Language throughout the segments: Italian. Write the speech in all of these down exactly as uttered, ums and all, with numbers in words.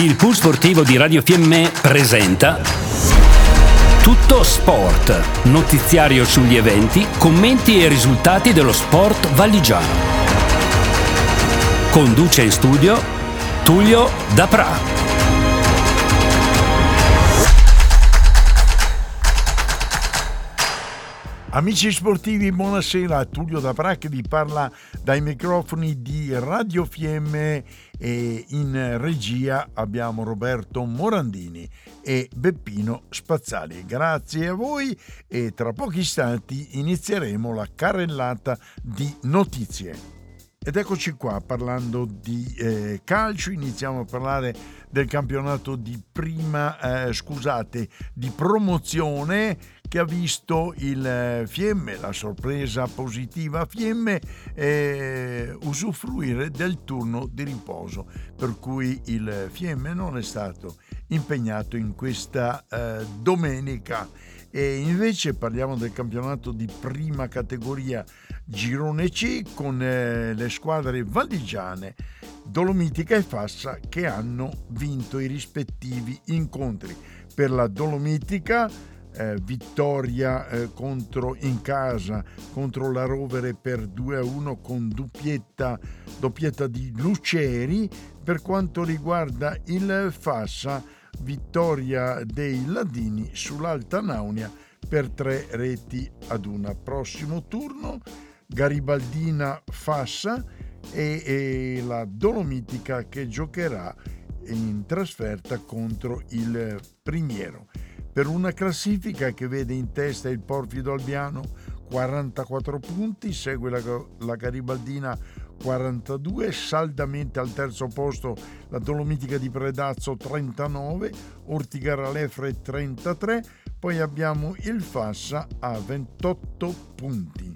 Il Pool Sportivo di Radio Fiemme presenta Tutto Sport, notiziario sugli eventi, commenti e risultati dello sport valligiano. Conduce in studio Tullio Dapra. Amici sportivi, buonasera. Tullio Dapra che vi parla dai microfoni di Radio Fiemme, e in regia abbiamo Roberto Morandini e Beppino Spazzali. Grazie a voi e tra pochi istanti inizieremo la carrellata di notizie. Ed eccoci qua parlando di eh, calcio. Iniziamo a parlare del campionato di prima, eh, scusate, di promozione, che ha visto il eh, Fiemme, la sorpresa positiva Fiemme, eh, usufruire del turno di riposo, per cui il Fiemme non è stato impegnato in questa eh, domenica. E invece parliamo del campionato di prima categoria Girone C, con eh, le squadre valligiane Dolomitica e Fassa che hanno vinto i rispettivi incontri. Per la Dolomitica eh, vittoria eh, contro in casa contro la Rovere per due a uno con doppietta, doppietta di Luceri. Per quanto riguarda il Fassa, vittoria dei Ladini sull'Alta Naunia per tre reti ad una. Prossimo turno Garibaldina Fassa e, e la Dolomitica che giocherà in trasferta contro il Primiero, per una classifica che vede in testa il Porfido Albiano quarantaquattro punti, segue la, la Garibaldina quarantadue, saldamente al terzo posto la Dolomitica di Predazzo trentanove, Ortigara Lefre trentatré, poi abbiamo il Fassa a ventotto punti.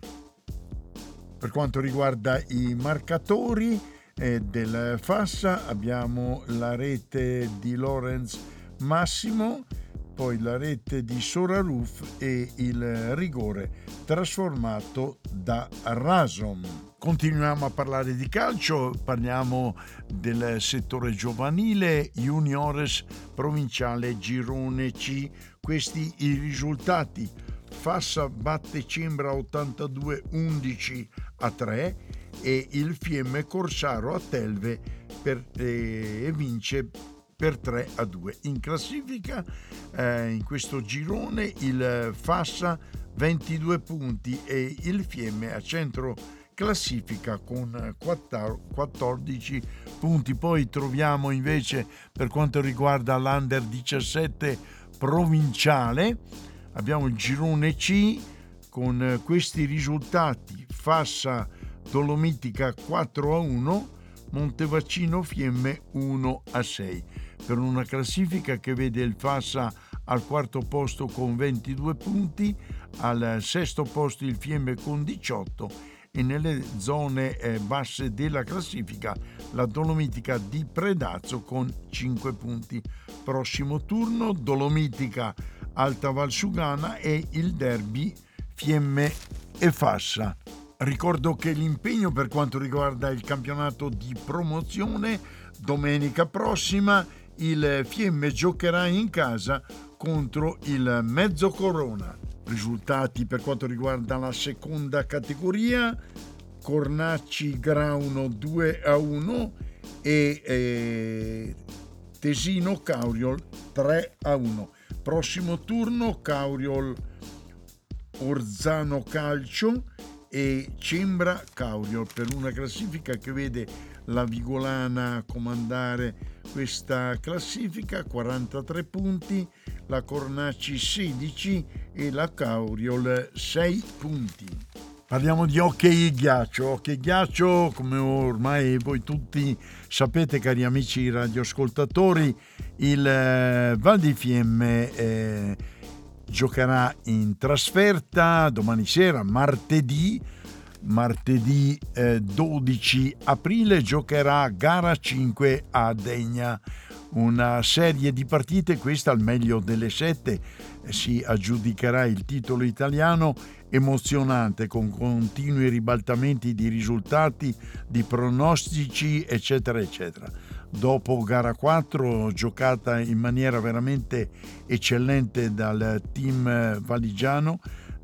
Per quanto riguarda i marcatori eh, del Fassa, abbiamo la rete di Lorenz Massimo, poi la rete di Soraruf e il rigore trasformato da Rasom. Continuiamo a parlare di calcio, parliamo del settore giovanile, Juniores Provinciale Girone C. Questi i risultati: Fassa batte Cembra ottantadue undici a tre e il Fiemme Corsaro a Telve per, eh, e vince per tre a due. In classifica eh, in questo girone il Fassa ventidue punti e il Fiemme a centro classifica con quattordici punti. Poi troviamo invece, per quanto riguarda l'Under diciassette provinciale, abbiamo il girone C con questi risultati: Fassa Dolomitica quattro a uno, Montevaccino Fiemme uno a sei, per una classifica che vede il Fassa al quarto posto con ventidue punti, al sesto posto il Fiemme con diciotto e nelle zone eh, basse della classifica la Dolomitica di Predazzo con cinque punti. Prossimo turno Dolomitica Alta Valsugana e il derby Fiemme e Fassa. Ricordo che l'impegno per quanto riguarda il campionato di promozione: domenica prossima il Fiemme giocherà in casa contro il Mezzocorona. Risultati per quanto riguarda la seconda categoria: Cornacci Grauno due a uno e eh, Tesino Cauriol tre a uno. Prossimo turno Cauriol Orzano Calcio e Cembra Cauriol, per una classifica che vede la Vigolana comandare questa classifica, quarantatré punti, la Cornacci sedici e la Cauriol sei punti. Parliamo di hockey ghiaccio. Hockey ghiaccio, come ormai voi tutti sapete, cari amici radioascoltatori, il eh, Val di Fiemme eh, giocherà in trasferta domani sera, martedì, martedì eh, dodici aprile, giocherà gara cinque a Degna. Una serie di partite, questa al meglio delle sette, si aggiudicherà il titolo italiano, emozionante, con continui ribaltamenti di risultati, di pronostici, eccetera eccetera. dopo gara quattro, giocata in maniera veramente eccellente dal team valigiano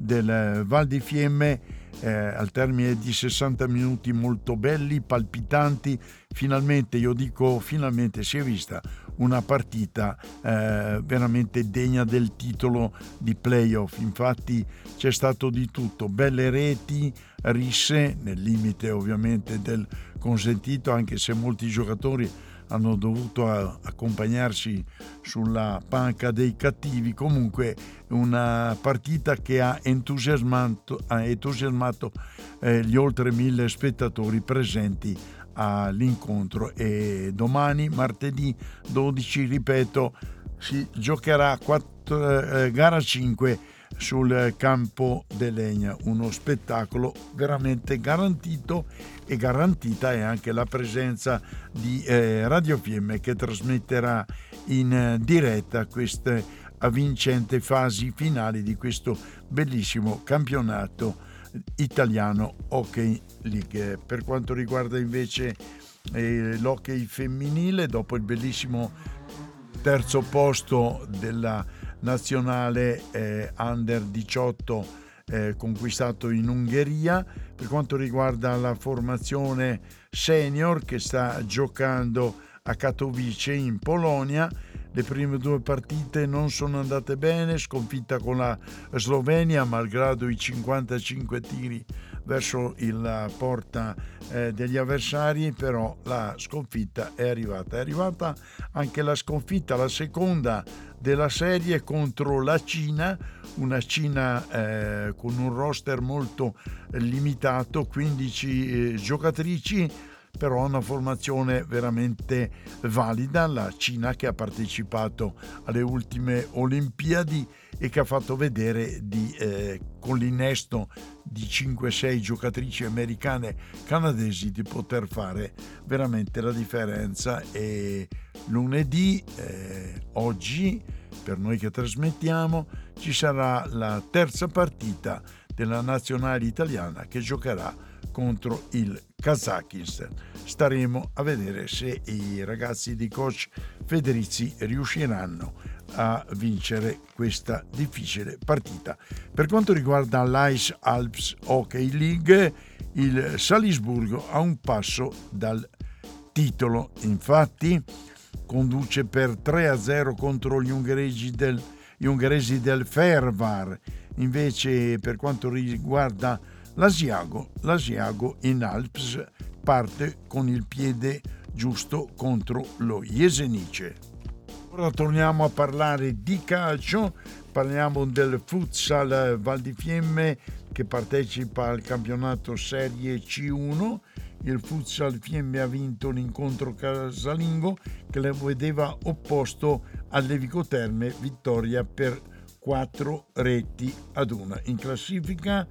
del Val di Fiemme, eh, al termine di sessanta minuti molto belli, palpitanti. Finalmente, io dico finalmente, si è vista una partita eh, veramente degna del titolo di playoff. Infatti c'è stato di tutto, belle reti, risse, nel limite ovviamente del consentito, anche se molti giocatori hanno dovuto accompagnarsi sulla panca dei cattivi. Comunque una partita che ha entusiasmato, ha entusiasmato eh, gli oltre mille spettatori presenti all'incontro, e domani, martedì dodici, ripeto, si giocherà quattro, eh, gara cinque sul campo de Legna, uno spettacolo veramente garantito, e garantita è anche la presenza di eh, Radio Fiemme, che trasmetterà in diretta queste avvincenti fasi finali di questo bellissimo campionato italiano Hockey League. Per quanto riguarda invece eh, l'hockey femminile, dopo il bellissimo terzo posto della nazionale eh, under diciotto eh, conquistato in Ungheria, per quanto riguarda la formazione senior che sta giocando a Katowice in Polonia, le prime due partite non sono andate bene, sconfitta con la Slovenia malgrado i cinquantacinque tiri verso la porta eh, degli avversari, però la sconfitta è arrivata. È arrivata anche la sconfitta, la seconda della serie, contro la Cina, una Cina eh, con un roster molto limitato, quindici eh, giocatrici, però una formazione veramente valida, la Cina che ha partecipato alle ultime Olimpiadi e che ha fatto vedere di, eh, con l'innesto di cinque sei giocatrici americane canadesi, di poter fare veramente la differenza. E lunedì, eh, oggi, per noi che trasmettiamo, ci sarà la terza partita della nazionale italiana che giocherà contro il Kazakistan. Staremo a vedere se i ragazzi di coach Federici riusciranno a vincere questa difficile partita. Per quanto riguarda l'Ice Alps Hockey League, il Salisburgo ha un passo dal titolo, infatti conduce per tre a zero contro gli ungheresi del, gli ungheresi del Fervar. Invece per quanto riguarda l'Asiago, l'Asiago in Alps parte con il piede giusto contro lo Jesenice. Ora torniamo a parlare di calcio, parliamo del futsal Val di Fiemme che partecipa al campionato Serie C uno. Il futsal Fiemme ha vinto l'incontro casalingo che le vedeva opposto al Levico Terme, vittoria per quattro reti ad una. In classifica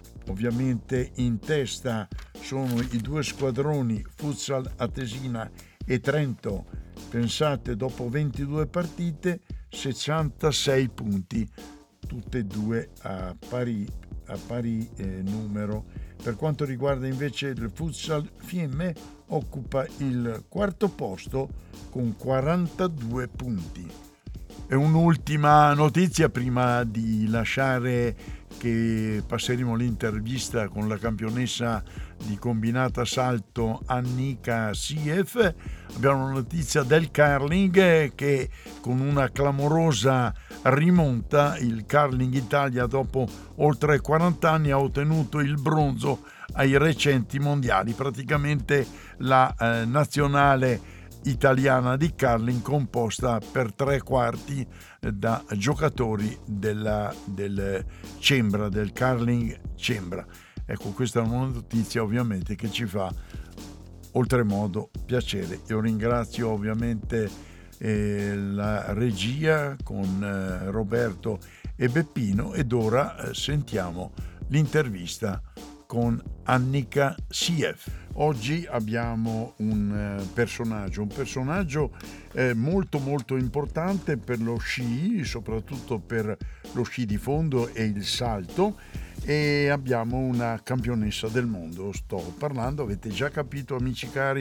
ovviamente in testa sono i due squadroni Futsal Atesina e Trento, pensate, dopo ventidue partite sessantasei punti, tutte e due a pari, a pari eh, numero. Per quanto riguarda invece il Futsal Fiemme, occupa il quarto posto con quarantadue punti. E un'ultima notizia prima di lasciare che passeremo l'intervista con la campionessa di combinata salto Annika Siev. Abbiamo una notizia del curling che con una clamorosa rimonta, il Curling Italia dopo oltre quaranta anni ha ottenuto il bronzo ai recenti mondiali, praticamente la eh, nazionale italiana di curling composta per tre quarti da giocatori della, del Cembra, del curling Cembra. Ecco, questa è una notizia ovviamente che ci fa oltremodo piacere. Io ringrazio ovviamente eh, la regia con eh, Roberto e Beppino, ed ora eh, sentiamo l'intervista con Annika Siev. Oggi abbiamo un eh, personaggio, un personaggio eh, molto molto importante per lo sci, soprattutto per lo sci di fondo e il salto, e abbiamo una campionessa del mondo. Sto parlando, avete già capito amici cari,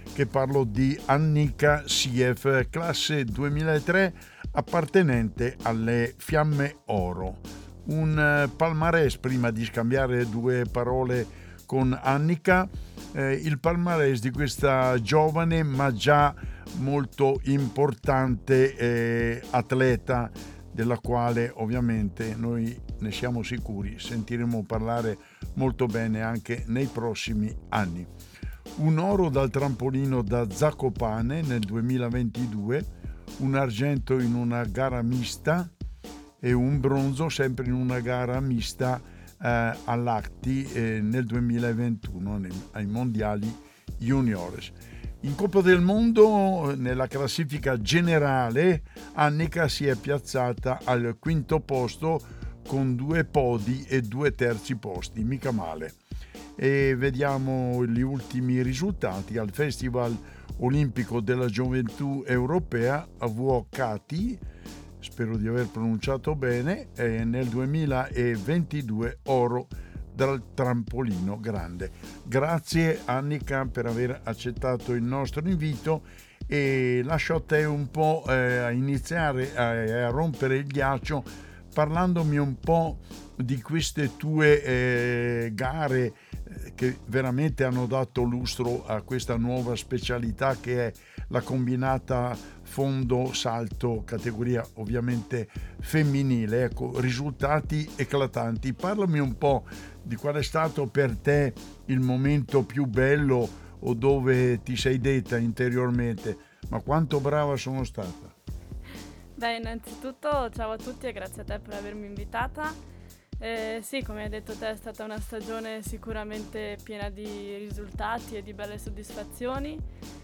che parlo di Annika Siev, classe duemilatré, appartenente alle Fiamme Oro. Un palmarès, prima di scambiare due parole con Annika, eh, il palmarès di questa giovane ma già molto importante eh, atleta, della quale ovviamente noi ne siamo sicuri sentiremo parlare molto bene anche nei prossimi anni. Un oro dal trampolino da Zakopane nel duemilaventidue, un argento in una gara mista e un bronzo sempre in una gara mista eh, all'Acti eh, nel duemilaventuno nei, ai mondiali juniores. In Coppa del Mondo, nella classifica generale, Annika si è piazzata al quinto posto con due podi e due terzi posti, mica male. E vediamo gli ultimi risultati al Festival Olimpico della Gioventù Europea a Vuokatti, spero di aver pronunciato bene, e nel duemilaventidue oro dal trampolino grande. Grazie Annika per aver accettato il nostro invito e lascio a te un po' eh, iniziare a, a rompere il ghiaccio parlandomi un po' di queste tue eh, gare eh, che veramente hanno dato lustro a questa nuova specialità che è la combinata fondo salto, categoria ovviamente femminile. Ecco, risultati eclatanti. Parlami un po' di qual è stato per te il momento più bello o dove ti sei detta interiormente: ma quanto brava sono stata. Beh, innanzitutto ciao a tutti e grazie a te per avermi invitata. Eh, sì, come hai detto te, è stata una stagione sicuramente piena di risultati e di belle soddisfazioni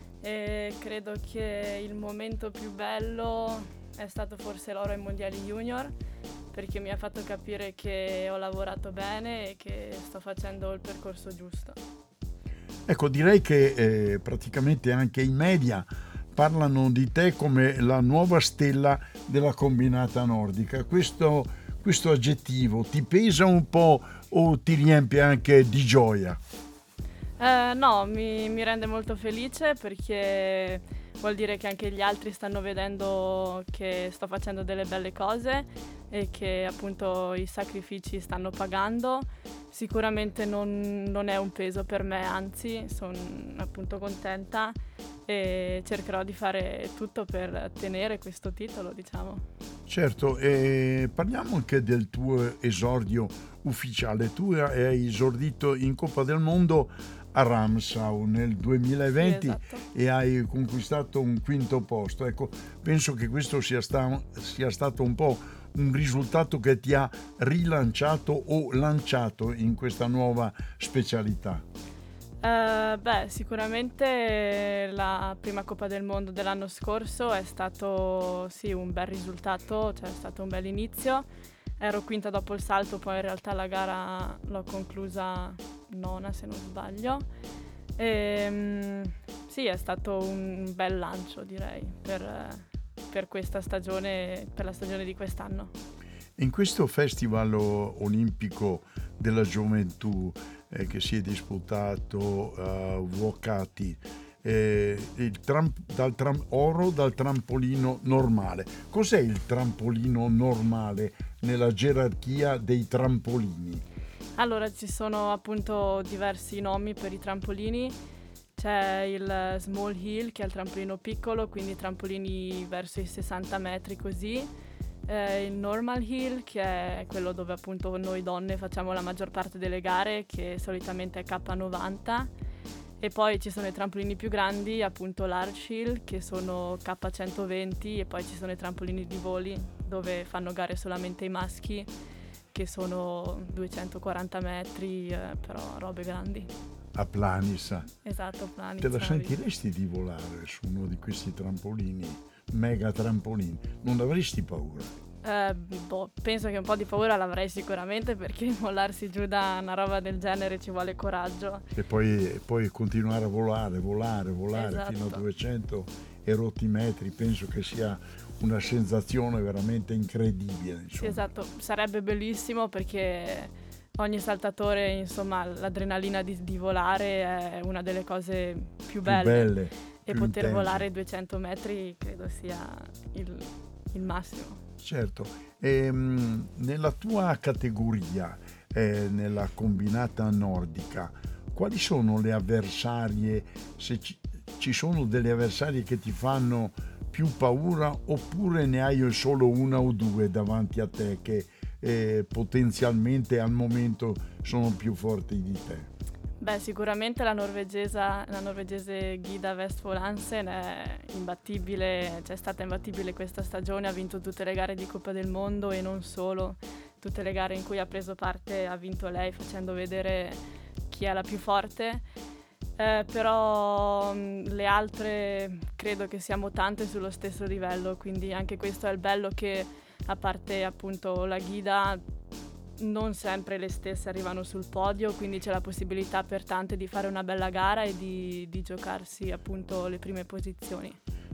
e credo che il momento più bello è stato forse l'oro ai mondiali junior, perché mi ha fatto capire che ho lavorato bene e che sto facendo il percorso giusto. Ecco, direi che eh, praticamente anche i media parlano di te come la nuova stella della combinata nordica. Questo, questo aggettivo ti pesa un po' o ti riempie anche di gioia? Eh, no, mi, mi rende molto felice perché vuol dire che anche gli altri stanno vedendo che sto facendo delle belle cose e che appunto i sacrifici stanno pagando. Sicuramente non, non è un peso per me, anzi sono appunto contenta e cercherò di fare tutto per ottenere questo titolo, diciamo. Certo, e parliamo anche del tuo esordio ufficiale. Tu hai esordito in Coppa del Mondo a Ramsau nel duemilaventi, sì, esatto. E hai conquistato un quinto posto. Ecco, penso che questo sia, sta, sia stato un po' un risultato che ti ha rilanciato o lanciato in questa nuova specialità. Uh, beh, sicuramente la prima Coppa del Mondo dell'anno scorso è stato sì un bel risultato, cioè è stato un bel inizio. Ero quinta dopo il salto, poi in realtà la gara l'ho conclusa nona se non sbaglio. E, um, sì, è stato un bel lancio, direi, per, per questa stagione, per la stagione di quest'anno. In questo Festival Olimpico della Gioventù eh, che si è disputato a uh, Vuokatti, eh, il tram, dal tram, oro dal trampolino normale. Cos'è il trampolino normale nella gerarchia dei trampolini? Allora, ci sono appunto diversi nomi per i trampolini. C'è il small hill, che è il trampolino piccolo, quindi trampolini verso i sessanta metri così. Eh, il normal hill, che è quello dove appunto noi donne facciamo la maggior parte delle gare, che solitamente è K novanta. E poi ci sono i trampolini più grandi, appunto large hill, che sono K centoventi, e poi ci sono i trampolini di voli dove fanno gare solamente i maschi, che sono duecentoquaranta metri, eh, però robe grandi. A Planis. Esatto, Planis. Te la sentiresti di volare su uno di questi trampolini, mega trampolini? Non avresti paura? Eh, boh, penso che un po' di paura l'avrei sicuramente, perché mollarsi giù da una roba del genere ci vuole coraggio. E poi, e poi continuare a volare, volare, volare Esatto. fino a duecento e rotti metri, penso che sia una sensazione veramente incredibile. Insomma. Sì, esatto, sarebbe bellissimo perché ogni saltatore, insomma, l'adrenalina di, di volare è una delle cose più belle, più belle e più poter intense. volare duecento metri credo sia il, il massimo. Certo. E, mh, nella tua categoria, eh, nella combinata nordica, quali sono le avversarie, se ci, ci sono delle avversarie che ti fanno più paura, oppure ne hai solo una o due davanti a te che eh, potenzialmente al momento sono più forti di te? Beh, sicuramente la norvegesa, la norvegese Gida Westfold Hansen è imbattibile, cioè è stata imbattibile questa stagione, ha vinto tutte le gare di Coppa del Mondo e non solo, tutte le gare in cui ha preso parte ha vinto lei, facendo vedere chi è la più forte. Eh, però mh, le altre credo che siamo tante sullo stesso livello, quindi anche questo è il bello, che a parte appunto la Gida non sempre le stesse arrivano sul podio, quindi c'è la possibilità per tante di fare una bella gara e di, di giocarsi appunto le prime posizioni.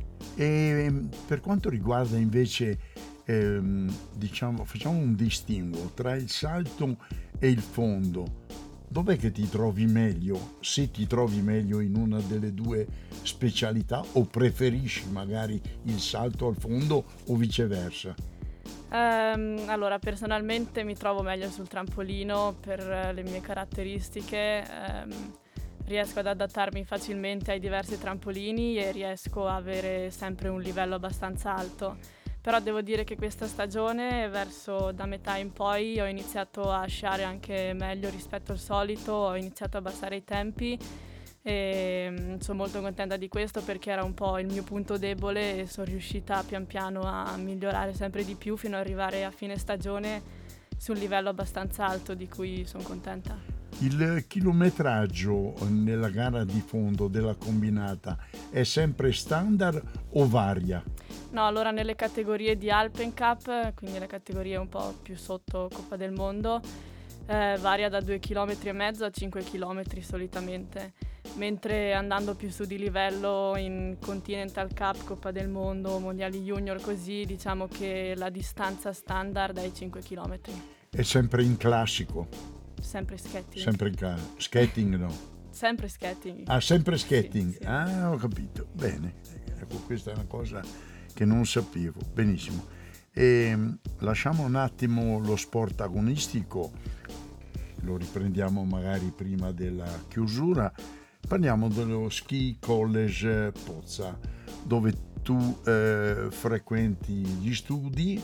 E per quanto riguarda invece, ehm, diciamo, facciamo un distinguo tra il salto e il fondo. Dov'è che ti trovi meglio? Se ti trovi meglio in una delle due specialità, o preferisci magari il salto al fondo o viceversa? Um, allora, personalmente mi trovo meglio sul trampolino per uh, le mie caratteristiche. Um, riesco ad adattarmi facilmente ai diversi trampolini e riesco a avere sempre un livello abbastanza alto. Però devo dire che questa stagione, verso da metà in poi, ho iniziato a sciare anche meglio rispetto al solito, ho iniziato a abbassare i tempi e sono molto contenta di questo, perché era un po' il mio punto debole e sono riuscita pian piano a migliorare sempre di più fino ad arrivare a fine stagione su un livello abbastanza alto, di cui sono contenta. Il chilometraggio nella gara di fondo della combinata è sempre standard o varia? No, allora nelle categorie di Alpen Cup, quindi le categorie un po' più sotto Coppa del Mondo, eh, varia da due chilometri e mezzo a cinque chilometri solitamente, mentre andando più su di livello in Continental Cup, Coppa del Mondo, Mondiali Junior, così diciamo che la distanza standard è i cinque chilometri. È sempre in classico? Sempre skating. Sempre in ca- skating no? Sempre skating. Ah, sempre skating. Sì, sì. Ah, ho capito. Bene. Ecco, questa è una cosa che non sapevo. Benissimo. E lasciamo un attimo lo sport agonistico, lo riprendiamo magari prima della chiusura. Parliamo dello Ski College Pozza, dove tu eh, frequenti gli studi.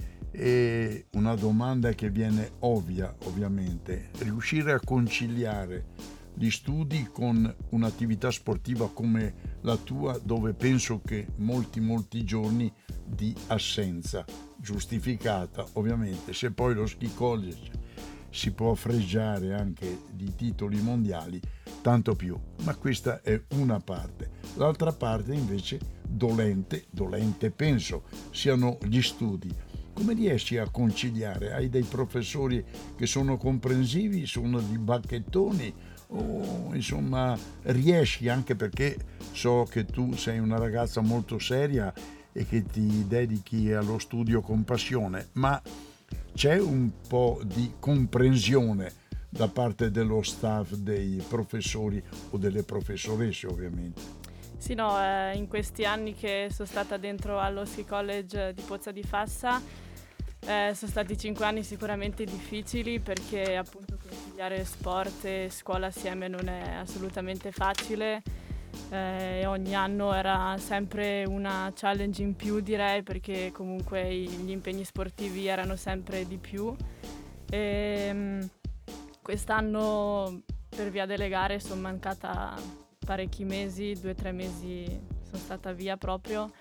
E una domanda che viene ovvia, ovviamente: riuscire a conciliare gli studi con un'attività sportiva come la tua, dove penso che molti molti giorni di assenza giustificata, ovviamente. Se poi lo Ski College si può fregiare anche di titoli mondiali, tanto più, ma questa è una parte. L'altra parte invece dolente, dolente penso siano gli studi. Come riesci a conciliare? Hai dei professori che sono comprensivi, sono di bacchettoni, o insomma riesci, anche perché so che tu sei una ragazza molto seria e che ti dedichi allo studio con passione, ma c'è un po' di comprensione da parte dello staff, dei professori o delle professoresse, ovviamente? Sì, no, eh, in questi anni che sono stata dentro allo Ski College di Pozza di Fassa, eh, sono stati cinque anni sicuramente difficili, perché appunto conciliare sport e scuola assieme non è assolutamente facile. Eh, ogni anno era sempre una challenge in più, direi, perché comunque gli impegni sportivi erano sempre di più. E, quest'anno per via delle gare sono mancata parecchi mesi, due o tre mesi sono stata via proprio,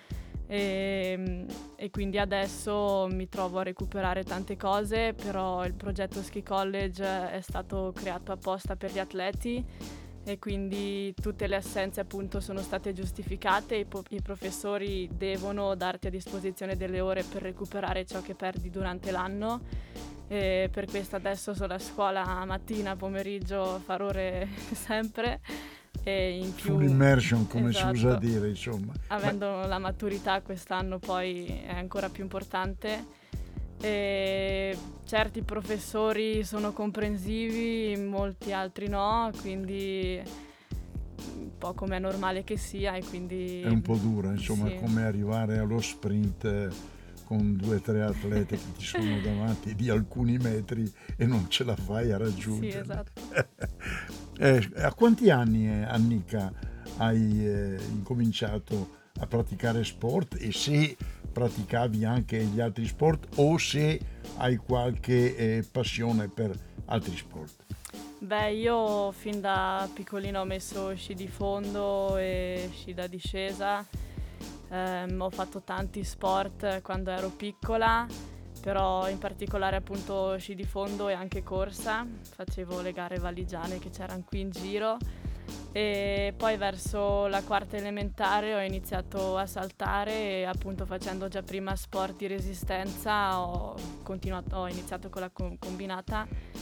e, e quindi adesso mi trovo a recuperare tante cose, però il progetto Ski College è stato creato apposta per gli atleti e quindi tutte le assenze appunto sono state giustificate. I, po- i professori devono darti a disposizione delle ore per recuperare ciò che perdi durante l'anno, e per questo adesso sono a scuola mattina, pomeriggio, far ore sempre. E in più, full immersion, come esatto, si usa dire, insomma. avendo Ma... la maturità quest'anno poi è ancora più importante, E certi professori sono comprensivi, molti altri no, quindi un po' come è normale che sia, e quindi è un po' dura, insomma, sì. come arrivare allo sprint con due o tre atlete che ti sono davanti di alcuni metri e non ce la fai a raggiungere. Sì, esatto. eh, a quanti anni, eh, Annika, hai eh, incominciato a praticare sport, e se praticavi anche gli altri sport o se hai qualche eh, passione per altri sport? Beh, io fin da piccolino ho messo sci di fondo e sci da discesa. Um, ho fatto tanti sport quando ero piccola, però in particolare appunto sci di fondo e anche corsa. Facevo le gare valigiane che c'erano qui in giro, e poi verso la quarta elementare ho iniziato a saltare, e appunto facendo già prima sport di resistenza ho, continuato, ho iniziato con la combinata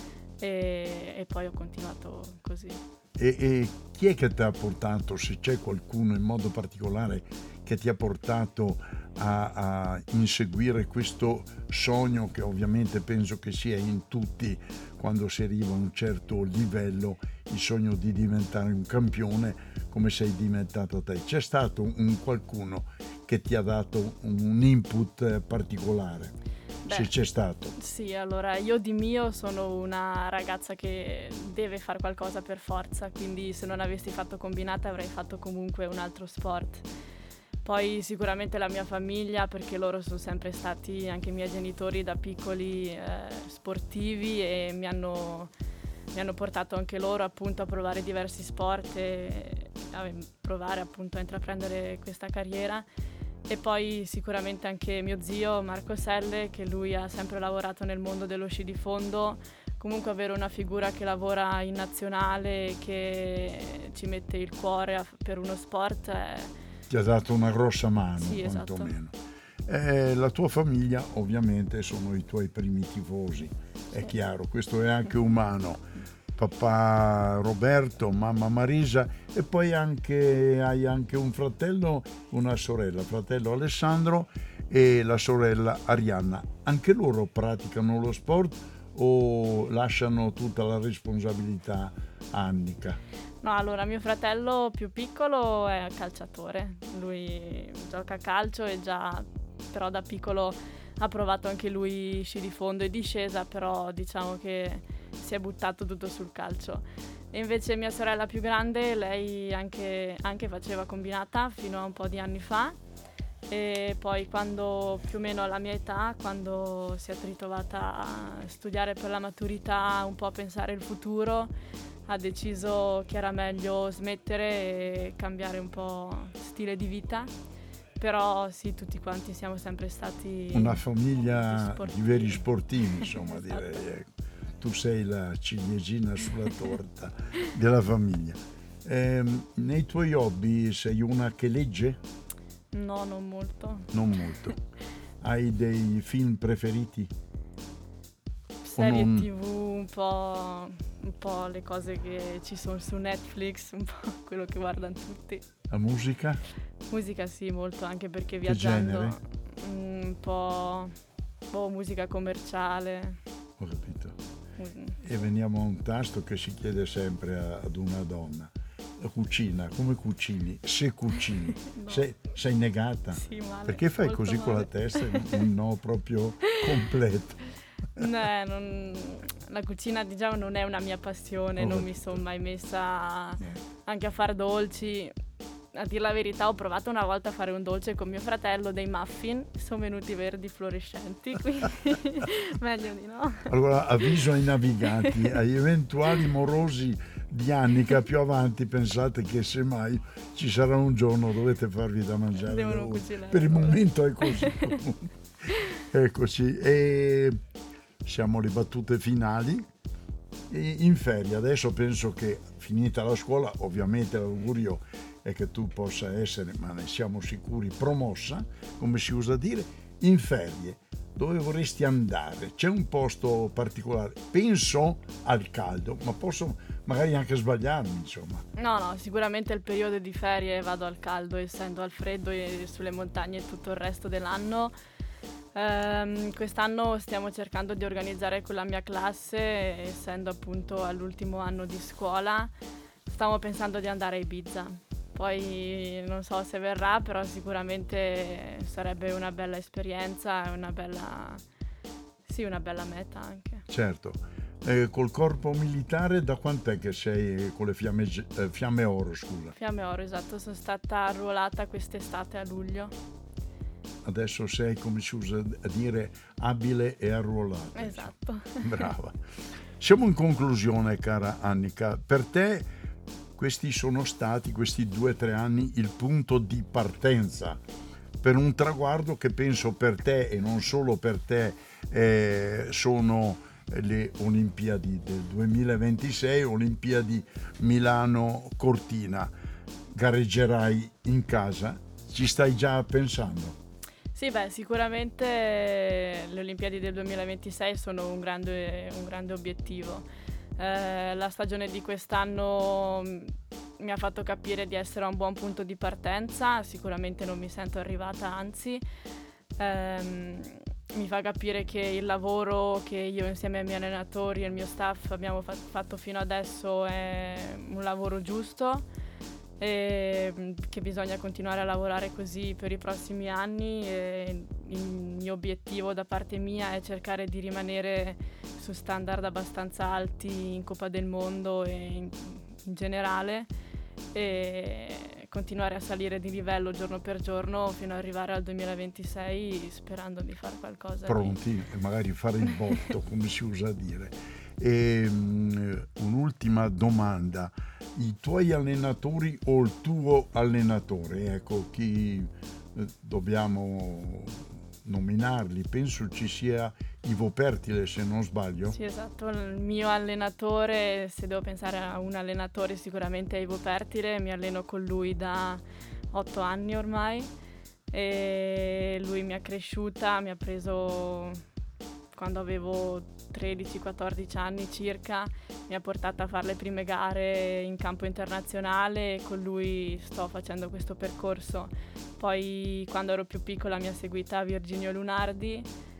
e, e poi ho continuato così. E, e chi è che ti ha portato, se c'è qualcuno in modo particolare che ti ha portato a, a inseguire questo sogno, che ovviamente penso che sia in tutti quando si arriva a un certo livello, il sogno di diventare un campione come sei diventato te? C'è stato un qualcuno che ti ha dato un input particolare? Beh, se c'è stato. Sì, allora io di mio sono una ragazza che deve fare qualcosa per forza, quindi se non avessi fatto combinata avrei fatto comunque un altro sport. Poi sicuramente la mia famiglia, perché loro sono sempre stati, anche i miei genitori da piccoli, eh, sportivi, e mi hanno, mi hanno portato anche loro appunto a provare diversi sport e a provare appunto a intraprendere questa carriera. E poi sicuramente anche mio zio Marco Selle, che lui ha sempre lavorato nel mondo dello sci di fondo. Comunque avere una figura che lavora in nazionale, che ci mette il cuore a, per uno sport è... ti ha dato una grossa mano, sì, quantomeno. Esatto. Eh, la tua famiglia ovviamente sono i tuoi primi tifosi, è sì. Chiaro, questo è anche umano. Papà Roberto, mamma Marisa, e poi anche hai anche un fratello, una sorella, fratello Alessandro e la sorella Arianna. Anche loro praticano lo sport o lasciano tutta la responsabilità a Annika? No, allora mio fratello più piccolo è calciatore, lui gioca a calcio e già però da piccolo ha provato anche lui sci di fondo e discesa, però diciamo che si è buttato tutto sul calcio. E invece mia sorella più grande, lei anche, anche faceva combinata fino a un po' di anni fa, e poi quando più o meno alla mia età, quando si è ritrovata a studiare per la maturità, un po' a pensare il futuro, ha deciso che era meglio smettere e cambiare un po' stile di vita. Però sì, tutti quanti siamo sempre stati una famiglia sportivi. Di veri sportivi, insomma. Esatto. Direi, ecco. Tu sei la ciliegina sulla torta della famiglia. Eh, nei tuoi hobby sei una che legge? No, non molto. Non molto. Hai dei film preferiti? Serie non... tivù, un po', un po' le cose che ci sono su Netflix, un po' quello che guardano tutti. La musica? Musica sì, molto, anche perché Che viaggiando genere? un po', po' musica commerciale. Ho capito. Mm. E veniamo a un tasto che si chiede sempre a, ad una donna. La cucina, come cucini? Se cucini, No. sei, sei negata? Sì, male. Perché fai molto così male. con la testa? Un no proprio completo. No, non, la cucina diciamo non è una mia passione, Ho non mi capito. sono mai messa No. anche a fare dolci. A dir la verità ho provato una volta a fare un dolce con mio fratello, dei muffin, sono venuti verdi fluorescenti, quindi meglio di no. Allora avviso ai naviganti, agli eventuali morosi di Annika più avanti, pensate che semmai ci sarà un giorno dovete farvi da mangiare. Devono da voi. cucinare. Per il momento è così. Eccoci, e siamo alle battute finali. E in ferie, adesso penso che finita la scuola, ovviamente l'augurio è che tu possa essere, ma ne siamo sicuri, promossa, come si usa dire, in ferie. Dove vorresti andare? C'è un posto particolare? Penso al caldo, ma posso magari anche sbagliarmi, insomma. No, no, sicuramente il periodo di ferie vado al caldo, essendo al freddo e sulle montagne tutto il resto dell'anno. Um, quest'anno stiamo cercando di organizzare con la mia classe, essendo appunto all'ultimo anno di scuola. Stavo pensando di andare a Ibiza. Poi non so se verrà, però sicuramente sarebbe una bella esperienza e una bella, sì, una bella meta anche. Certo. Eh, col corpo militare da quant'è che sei con le fiamme, eh, fiamme oro, scusa? Fiamme oro, esatto. Sono stata arruolata quest'estate a luglio. Adesso sei, come si usa a dire, abile e arruolata. Esatto. Brava. Siamo in conclusione, cara Annika. Per te questi sono stati, questi due o tre anni, il punto di partenza per un traguardo che penso per te e non solo per te eh, sono le Olimpiadi del duemilaventisei, Olimpiadi Milano-Cortina. Gareggerai in casa? Ci stai già pensando? Sì, beh, sicuramente le Olimpiadi del duemilaventisei sono un grande, un grande obiettivo. Eh, la stagione di quest'anno mi ha fatto capire di essere a un buon punto di partenza, sicuramente non mi sento arrivata, anzi. Ehm, mi fa capire che il lavoro che io insieme ai miei allenatori e il mio staff abbiamo fa- fatto fino adesso è un lavoro giusto e che bisogna continuare a lavorare così per i prossimi anni, e il mio obiettivo da parte mia è cercare di rimanere su standard abbastanza alti in Coppa del Mondo e in, in generale, e continuare a salire di livello giorno per giorno fino ad arrivare al duemilaventisei sperando di fare qualcosa pronti di... e magari fare il botto come si usa a dire. E, um, un'ultima domanda: i tuoi allenatori o il tuo allenatore, ecco, chi eh, dobbiamo nominarli? Penso ci sia Ivo Pertile, se non sbaglio. Sì, esatto, il mio allenatore, se devo pensare a un allenatore, sicuramente è Ivo Pertile. Mi alleno con lui da otto anni ormai e lui mi ha cresciuta, mi ha preso quando avevo tredici quattordici anni circa, mi ha portata a fare le prime gare in campo internazionale e con lui sto facendo questo percorso. Poi quando ero più piccola mi ha seguita Virginio Lunardi,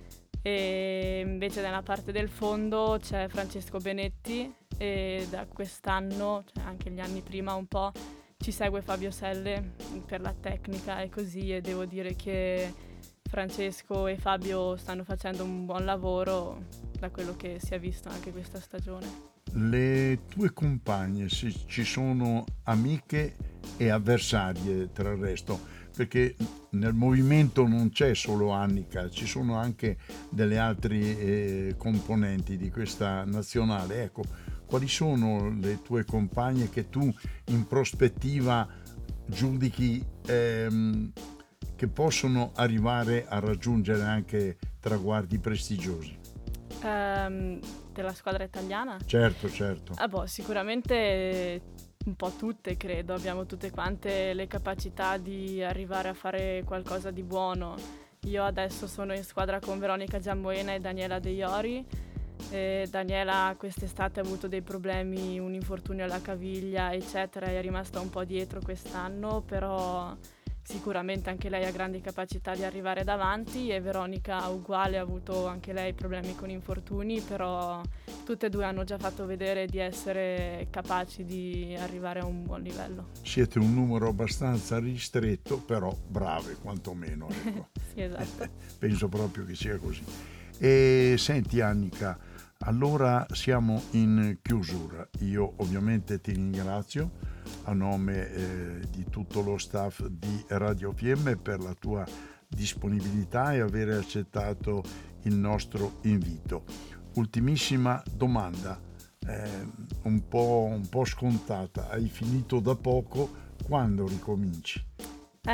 e invece nella parte del fondo c'è Francesco Benetti, e da quest'anno, cioè anche gli anni prima un po', ci segue Fabio Selle per la tecnica e così, e devo dire che Francesco e Fabio stanno facendo un buon lavoro da quello che si è visto anche questa stagione. Le tue compagne ci sono amiche e avversarie tra il resto, perché nel movimento non c'è solo Annika, ci sono anche delle altre eh, componenti di questa nazionale. Ecco, quali sono le tue compagne che tu in prospettiva giudichi ehm, che possono arrivare a raggiungere anche traguardi prestigiosi? Um, della squadra italiana? Certo, certo. Ah, boh, sicuramente un po' tutte, credo. Abbiamo tutte quante le capacità di arrivare a fare qualcosa di buono. Io adesso sono in squadra con Veronica Giammoena e Daniela De Iori. E Daniela quest'estate ha avuto dei problemi, un infortunio alla caviglia, eccetera, e è rimasta un po' dietro quest'anno, però sicuramente anche lei ha grandi capacità di arrivare davanti, e Veronica uguale, ha avuto anche lei problemi con infortuni, però tutte e due hanno già fatto vedere di essere capaci di arrivare a un buon livello. Siete un numero abbastanza ristretto, però brave quantomeno, ecco. Sì, esatto. Penso proprio che sia così. E senti Annika, allora siamo in chiusura. Io ovviamente ti ringrazio a nome eh, di tutto lo staff di Radio F M per la tua disponibilità e aver accettato il nostro invito. Ultimissima domanda, eh, un po', un po' scontata. Hai finito da poco, quando ricominci? Eh,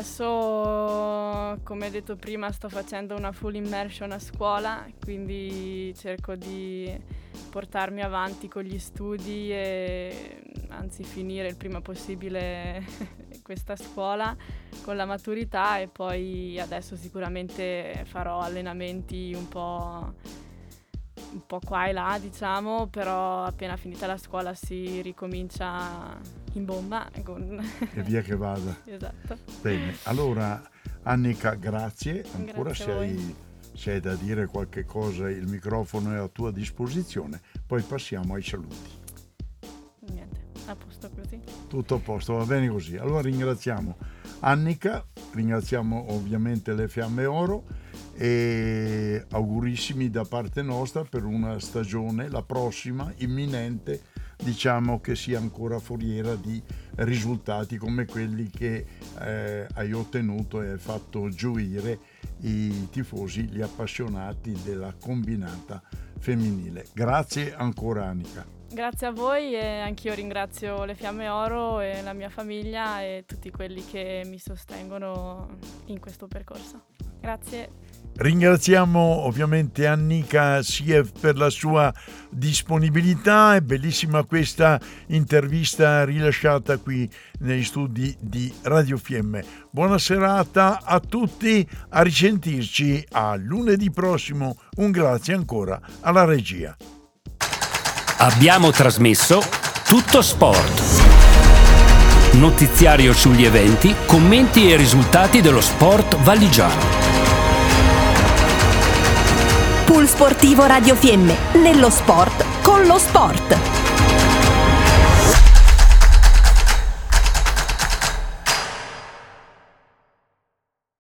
adesso, come detto prima, sto facendo una full immersion a scuola, quindi cerco di portarmi avanti con gli studi e anzi finire il prima possibile questa scuola con la maturità, e poi adesso sicuramente farò allenamenti un po' un po' qua e là, diciamo, però appena finita la scuola si ricomincia in bomba con... e via che vada. Esatto. Bene, allora Annika, grazie ancora, Grazie sei se hai da dire qualche cosa il microfono è a tua disposizione, poi passiamo ai saluti. Niente, a posto così. Tutto a posto, va bene così. Allora ringraziamo Annika, ringraziamo ovviamente le Fiamme Oro e augurissimi da parte nostra per una stagione, la prossima, imminente, diciamo che sia ancora foriera di risultati come quelli che eh, hai ottenuto e hai fatto gioire i tifosi, gli appassionati della combinata femminile. Grazie ancora Annika. Grazie a voi e anch'io ringrazio le Fiamme Oro e la mia famiglia e tutti quelli che mi sostengono in questo percorso. Grazie. Ringraziamo ovviamente Annika sia per la sua disponibilità, è bellissima questa intervista rilasciata qui negli studi di Radio Fiemme. Buona serata a tutti, a risentirci a lunedì prossimo. Un grazie ancora alla regia. Abbiamo trasmesso Tutto Sport. Notiziario sugli eventi, commenti e risultati dello sport valigiano. Pool sportivo Radio Fiemme, nello sport con lo sport.